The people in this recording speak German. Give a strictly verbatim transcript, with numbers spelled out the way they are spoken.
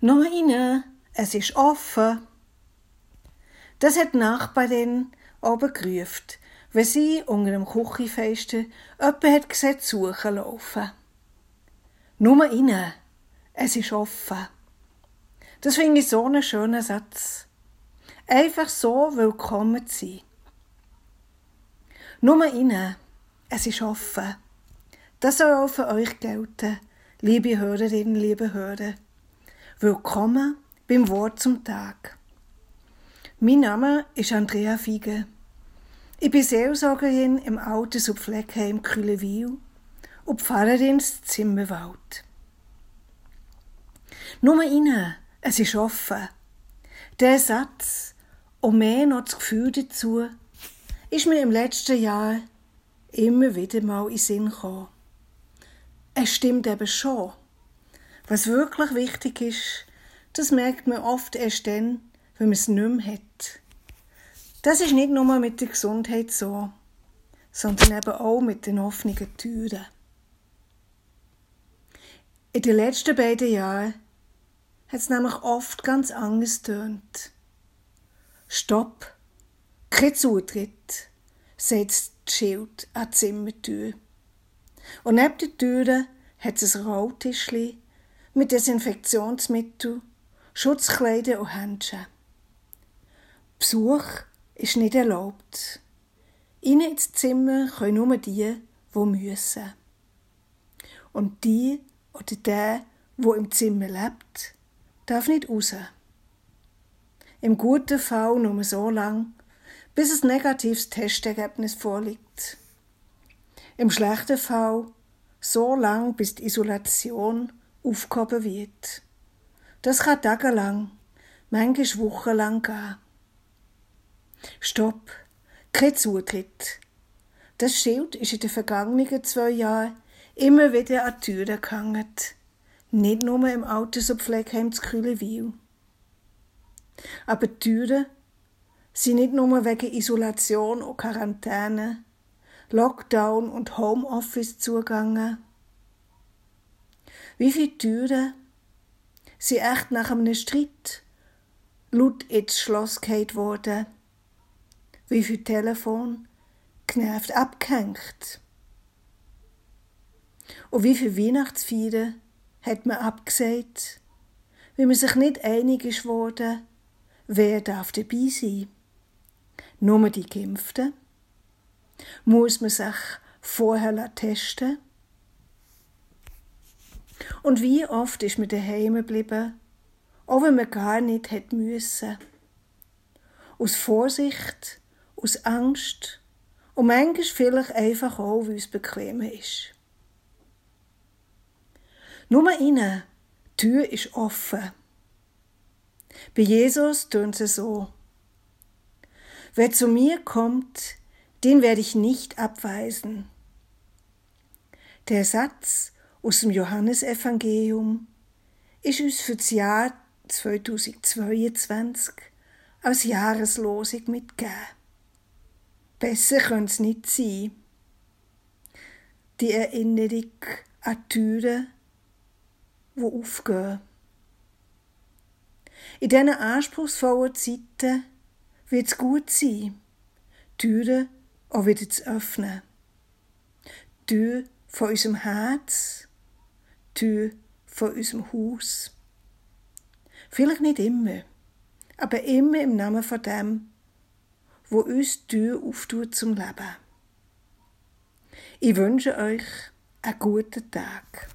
Nur rein, es ist offen. Das hat die Nachbarin oben gerufen, wenn sie unter dem Küchenfenster jemanden hat gesehen suchen laufen. Nur rein, es ist offen. Das finde ich so einen schönen Satz. Einfach so willkommen zu sein. Nur rein, es ist offen. Das soll auch für euch gelten, liebe Hörerinnen, liebe Hörer. Willkommen beim Wort zum Tag. Mein Name ist Andrea Fiege. Ich bin Seelsorgerin im Alters- und Pflegeheim Kühlewil und Pfarrerin in Zimmerwald. Nur rein, es ist offen. Der Satz und mehr noch das Gefühl dazu ist mir im letzten Jahr immer wieder mal in den Sinn gekommen. Es stimmt eben schon. Was wirklich wichtig ist, das merkt man oft erst dann, wenn man es nicht mehr hat. Das ist nicht nur mit der Gesundheit so, sondern eben auch mit den offenen Türen. In den letzten beiden Jahren hat es nämlich oft ganz anders getönt. Stopp, kein Zutritt, sagt das Schild an die Zimmertür. Und neben den Türen hat es ein Rolltischchen mit Desinfektionsmittel, Schutzkleidern und Händchen. Besuch ist nicht erlaubt. Rein ins Zimmer können nur die, die müssen. Und die oder der, der im Zimmer lebt, darf nicht raus. Im guten Fall nur so lange, bis ein negatives Testergebnis vorliegt. Im schlechten Fall so lange, bis die Isolation aufgehoben wird. Das kann tagelang, manchmal wochenlang gehen. Stopp, kein Zutritt. Das Schild ist in den vergangenen zwei Jahren immer wieder an die Türen gehangen. Nicht nur im Alters- und Pflegeheim zu Kühlewil. Aber die Türen sind nicht nur wegen Isolation und Quarantäne, Lockdown und Homeoffice zugegangen. Wie viele Türen sind echt nach einem Streit laut ins Schloss gefallen worden? Wie viele Telefon genervt abgehängt? Und wie viele Weihnachtsfeiern hat man abgesagt, weil man sich nicht einig ist worden, wer darf dabei sein? Nur die Geimpften? Muss man sich vorher testen? Und wie oft ist man daheim geblieben, auch wenn man gar nicht hätte müssen? Aus Vorsicht, aus Angst und manchmal vielleicht einfach auch, weil es bequemer ist. Nur rein, die Tür ist offen. Bei Jesus tönt es so: Wer zu mir kommt, den werde ich nicht abweisen. Der Satz aus dem Johannesevangelium ist uns für das Jahr zweitausendzweiundzwanzig als Jahreslosung mitgegeben. Besser könnte es nicht sein. Die Erinnerung an die Türen, die aufgehen. In diesen anspruchsvollen Zeiten wird es gut sein, die Türen auch wieder zu öffnen. Die Tür von unserem Herz, die Tür von unserem Haus. Vielleicht nicht immer, aber immer im Namen von dem, wo uns die Tür auftut zum Leben. Ich wünsche euch einen guten Tag.